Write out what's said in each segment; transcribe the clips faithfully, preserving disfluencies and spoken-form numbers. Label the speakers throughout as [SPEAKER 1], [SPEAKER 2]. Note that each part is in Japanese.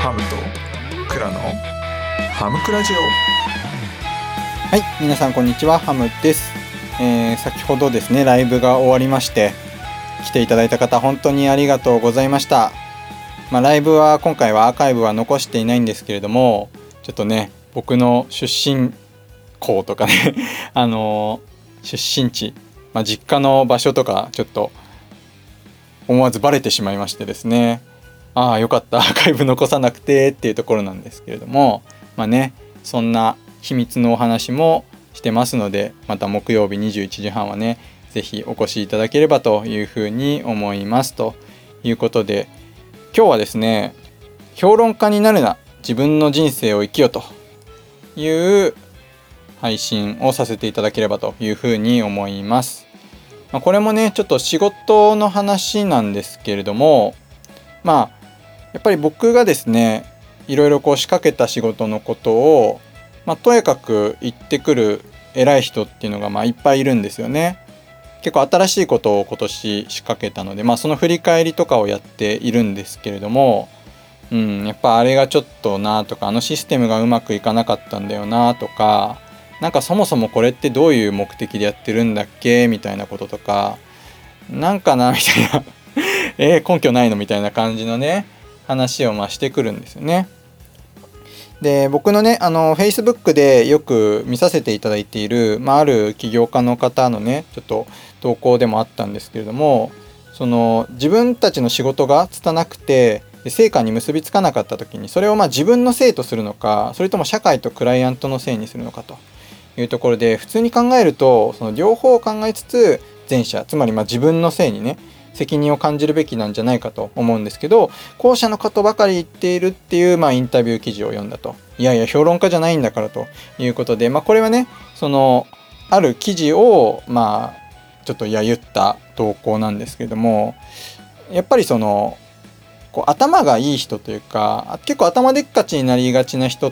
[SPEAKER 1] ハムとクラのハムクラジオ。
[SPEAKER 2] はい、皆さんこんにちは、ハムです。えー、先ほどですねライブが終わりまして、来ていただいた方本当にありがとうございました。まあ、ライブは今回はアーカイブは残していないんですけれども、ちょっとね僕の出身校とかねあのー、出身地、まあ、実家の場所とかちょっと思わずバレてしまいましてですね、ああよかったアーカイブ残さなくてっていうところなんですけれども、まあねそんな秘密のお話もしてますので、また木曜日にじゅういちじはんはねぜひお越しいただければというふうに思います。ということで今日はですね、評論家になるな自分の人生を生きよという配信をさせていただければというふうに思います。まあ、これもねちょっと仕事の話なんですけれども、まあやっぱり僕がですねいろいろこう仕掛けた仕事のことを、まあ、とやかく言ってくる偉い人っていうのがまあいっぱいいるんですよね。結構新しいことを今年仕掛けたので、まあ、その振り返りとかをやっているんですけれども、うん、やっぱあれがちょっとなとか、あのシステムがうまくいかなかったんだよなとか、なんかそもそもこれってどういう目的でやってるんだっけみたいなこととか、なんかなみたいなえー、根拠ないのみたいな感じのね話をまあしてくるんですよね。で僕のねあの Facebook でよく見させていただいている、まあ、ある起業家の方のねちょっと投稿でもあったんですけれども、その自分たちの仕事が拙くて成果に結びつかなかった時にそれをまあ自分のせいとするのか、それとも社会とクライアントのせいにするのかというところで、普通に考えるとその両方を考えつつ前者、つまりまあ自分のせいにね責任を感じるべきなんじゃないかと思うんですけど、後者のことばかり言っているっていうまあインタビュー記事を読んだと。いやいや評論家じゃないんだからということで、まあこれはねそのある記事をまあちょっと揶揄った投稿なんですけれども、やっぱりそのこう頭がいい人というか結構頭でっかちになりがちな人って、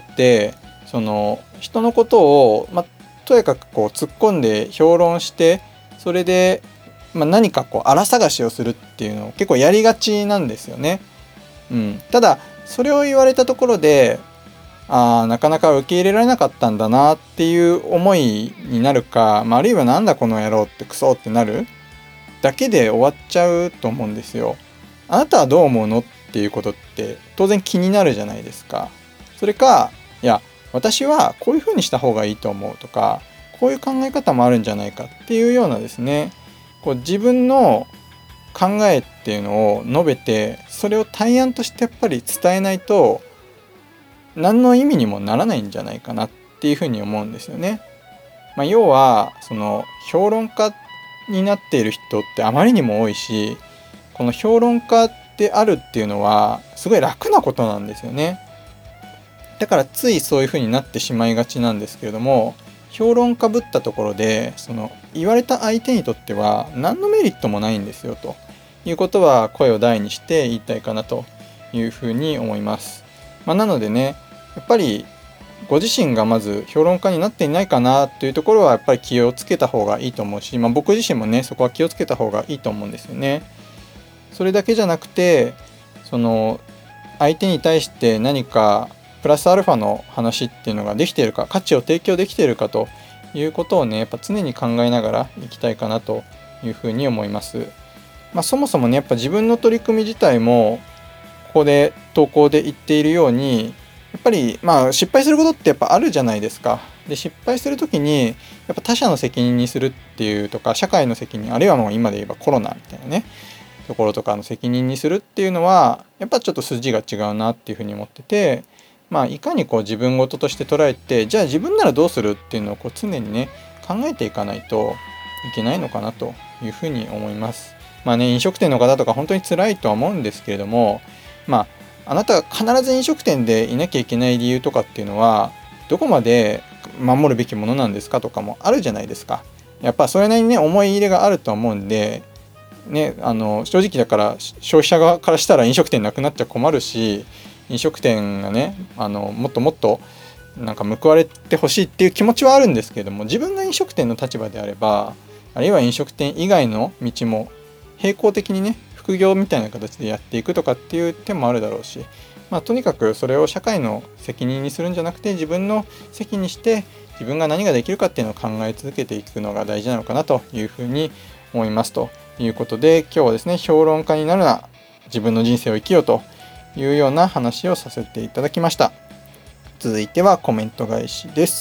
[SPEAKER 2] その人のことを、まあ、とやかくこう突っ込んで評論して、それで、まあ、何かこう荒探しをするっていうのを結構やりがちなんですよね。うん、ただそれを言われたところで、あーなかなか受け入れられなかったんだなっていう思いになるか、まあ、あるいはなんだこの野郎ってクソってなるだけで終わっちゃうと思うんですよ。あなたはどう思うのっていうことって当然気になるじゃないですか。それか、いや私はこういうふうにした方がいいと思うとか、こういう考え方もあるんじゃないかっていうようなですね、こう自分の考えっていうのを述べて、それを対案としてやっぱり伝えないと何の意味にもならないんじゃないかなっていうふうに思うんですよね。まあ、要はその評論家になっている人ってあまりにも多いし、この評論家であるっていうのはすごい楽なことなんですよね。だからついそういう風になってしまいがちなんですけれども、評論家ぶったところでその言われた相手にとっては何のメリットもないんですよということは声を大にして言いたいかなというふうに思います。まあ、なのでねやっぱりご自身がまず評論家になっていないかなというところはやっぱり気をつけた方がいいと思うし、まあ、僕自身もねそこは気をつけた方がいいと思うんですよね。それだけじゃなくて、その相手に対して何かプラスアルファの話っていうのができているか、価値を提供できているかということをねやっぱ常に考えながらいきたいかなというふうに思います。まあ、そもそもねやっぱ自分の取り組み自体もここで投稿で言っているように、やっぱりまあ失敗することってやっぱあるじゃないですか。で失敗するときにやっぱ他者の責任にするっていうとか、社会の責任、あるいはもう今で言えばコロナみたいなねところとかの責任にするっていうのはやっぱちょっと筋が違うなっていうふうに思ってて、まあいかにこう自分事として捉えて、じゃあ自分ならどうするっていうのをこう常にね考えていかないといけないのかなというふうに思います。まあね飲食店の方とか本当に辛いとは思うんですけれども、まああなたが必ず飲食店でいなきゃいけない理由とかっていうのはどこまで守るべきものなんですかとかもあるじゃないですか。やっぱそれなりにね思い入れがあると思うんでね、あの正直だから消費者側からしたら飲食店なくなっちゃ困るし、飲食店がねあのもっともっとなんか報われてほしいっていう気持ちはあるんですけれども、自分が飲食店の立場であれば、あるいは飲食店以外の道も並行的にね副業みたいな形でやっていくとかっていう手もあるだろうし、 まあ、とにかくそれを社会の責任にするんじゃなくて自分の責にして自分が何ができるかっていうのを考え続けていくのが大事なのかなというふうに思います。ということで今日はですね、評論家になるな、自分の人生を生きようというような話をさせていただきました。続いてはコメント返しです。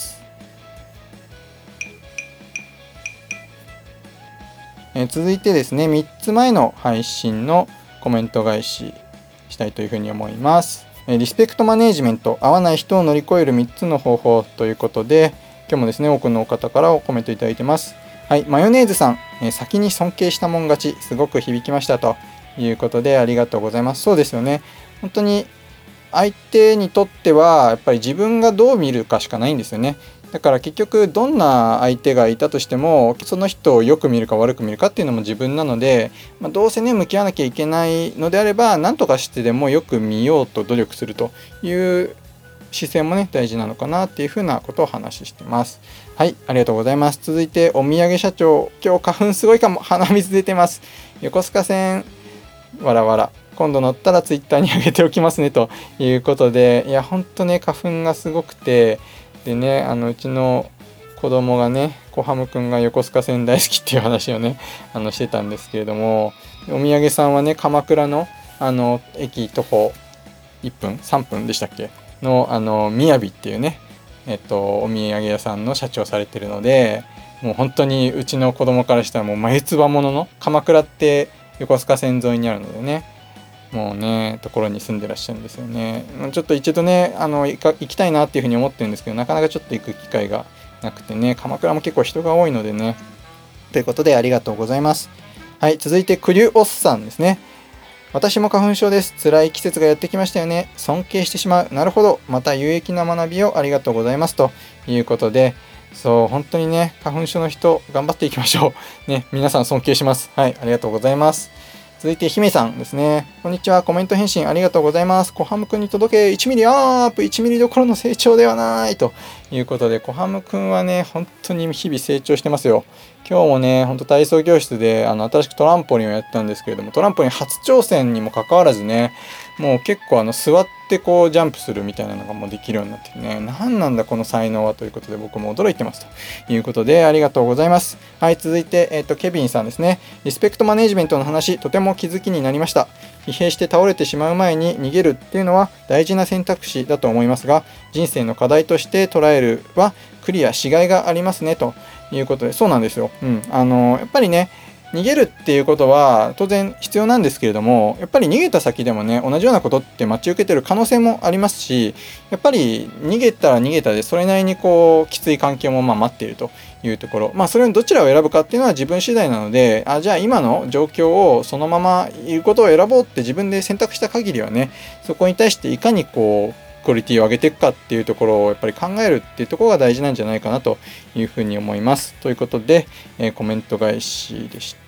[SPEAKER 2] えー、続いてですね、みっつまえの配信のコメント返ししたいというふうに思います。えー、リスペクトマネージメント、合わない人を乗り越えるみっつの方法ということで、今日もですね多くの方からコメントいただいてます。はい、マヨネーズさん、えー、先に尊敬したもん勝ち、すごく響きましたということでありがとうございます。そうですよね。本当に相手にとってはやっぱり自分がどう見るかしかないんですよね。だから結局どんな相手がいたとしてもその人をよく見るか悪く見るかっていうのも自分なので、まあ、どうせね向き合わなきゃいけないのであれば何とかしてでもよく見ようと努力するという姿勢もね大事なのかなっていうふうなことをお話ししてます。はい、ありがとうございます。続いてお土産社長、今日花粉すごいかも、鼻水出てます。横須賀線わらわら、今度乗ったらツイッターに上げておきますねということで、いやほんとね花粉がすごくて、でねあのうちの子供がね小ハムくんが横須賀線大好きっていう話をねあのしてたんですけれども、お土産さんはね鎌倉のあの駅徒歩いっぷんさんぷんでしたっけのあのみやびっていうねえっとお土産屋さんの社長されてるので、もう本当にうちの子供からしたらもう眉唾ものの、鎌倉って横須賀線沿いにあるのでね、もうねところに住んでらっしゃるんですよね。ちょっと一度ねあの行か行きたいなっていうふうに思ってるんですけど、なかなかちょっと行く機会がなくてね、鎌倉も結構人が多いのでね、ということでありがとうございます。はい、続いてクリュオスさんですね。私も花粉症です。辛い季節がやってきましたよね。尊敬してしまう。なるほど、また有益な学びをありがとうございますということで、そう本当にね花粉症の人頑張っていきましょうね。皆さん尊敬します。はい、ありがとうございます。続いて姫さんですね。こんにちは。コメント返信ありがとうございます。小ハムくんに届けいちミリアップ、いちミリどころの成長ではないということで、小ハムくんはね本当に日々成長してますよ。今日もね本当体操教室であの新しくトランポリンをやったんですけれども、トランポリン初挑戦にもかかわらずね、もう結構あの座ってこうジャンプするみたいなのがもうできるようになってね、何なんだこの才能はということで僕も驚いてますということでありがとうございます。はい、続いて、えーと、ケビンさんですね。リスペクトマネジメントの話、とても気づきになりました。疲弊して倒れてしまう前に逃げるっていうのは大事な選択肢だと思いますが、人生の課題として捉えるはクリアしがいがありますねということで、そうなんですよ。うん、あのやっぱりね逃げるっていうことは当然必要なんですけれども、やっぱり逃げた先でもね同じようなことって待ち受けてる可能性もありますし、やっぱり逃げたら逃げたでそれなりにこうきつい環境もまあ待っているというところ、まあそれのどちらを選ぶかっていうのは自分次第なので、あじゃあ今の状況をそのままいることを選ぼうって自分で選択した限りはね、そこに対していかにこうクオリティを上げていくかっていうところをやっぱり考えるっていうところが大事なんじゃないかなというふうに思います。ということで、えー、コメント返しでした。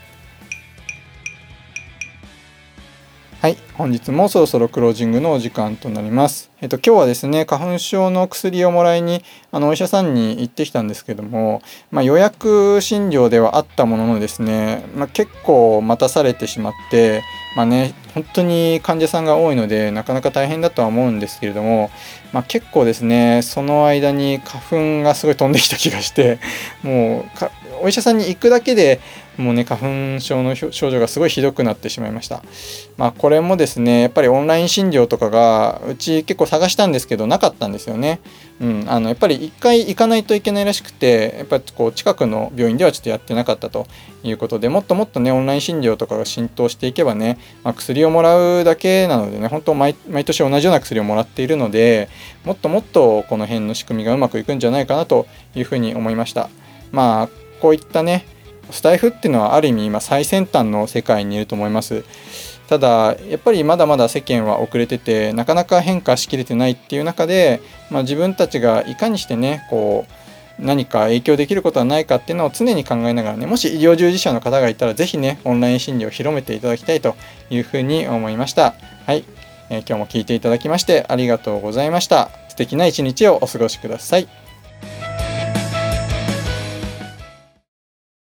[SPEAKER 2] はい、本日もそろそろクロージングのお時間となります。えっと今日はですね花粉症の薬をもらいにあのお医者さんに行ってきたんですけども、まあ、予約診療ではあったもののですね、まあ、結構待たされてしまって、まあね本当に患者さんが多いのでなかなか大変だとは思うんですけれども、まあ、結構ですねその間に花粉がすごい飛んできた気がして、もうかお医者さんに行くだけでもうね花粉症の症状がすごいひどくなってしまいました。まあこれもですねやっぱりオンライン診療とかがうち結構探したんですけどなかったんですよね。うん、あのやっぱり一回行かないといけないらしくて、やっぱりこう近くの病院ではちょっとやってなかったということで、もっともっとねオンライン診療とかが浸透していけばね、まあ、薬をもらうだけなのでね本当 毎, 毎年同じような薬をもらっているので、もっともっとこの辺の仕組みがうまくいくんじゃないかなというふうに思いました。まあこういったねスタイフっていうのはある意味今最先端の世界にいると思います。ただやっぱりまだまだ世間は遅れててなかなか変化しきれてないっていう中で、まあ、自分たちがいかにしてねこう何か影響できることはないかっていうのを常に考えながらね、もし医療従事者の方がいたら是非ねオンライン診療を広めていただきたいというふうに思いました。はい、えー、今日も聞いていただきましてありがとうございました。素敵な一日をお過ごしください。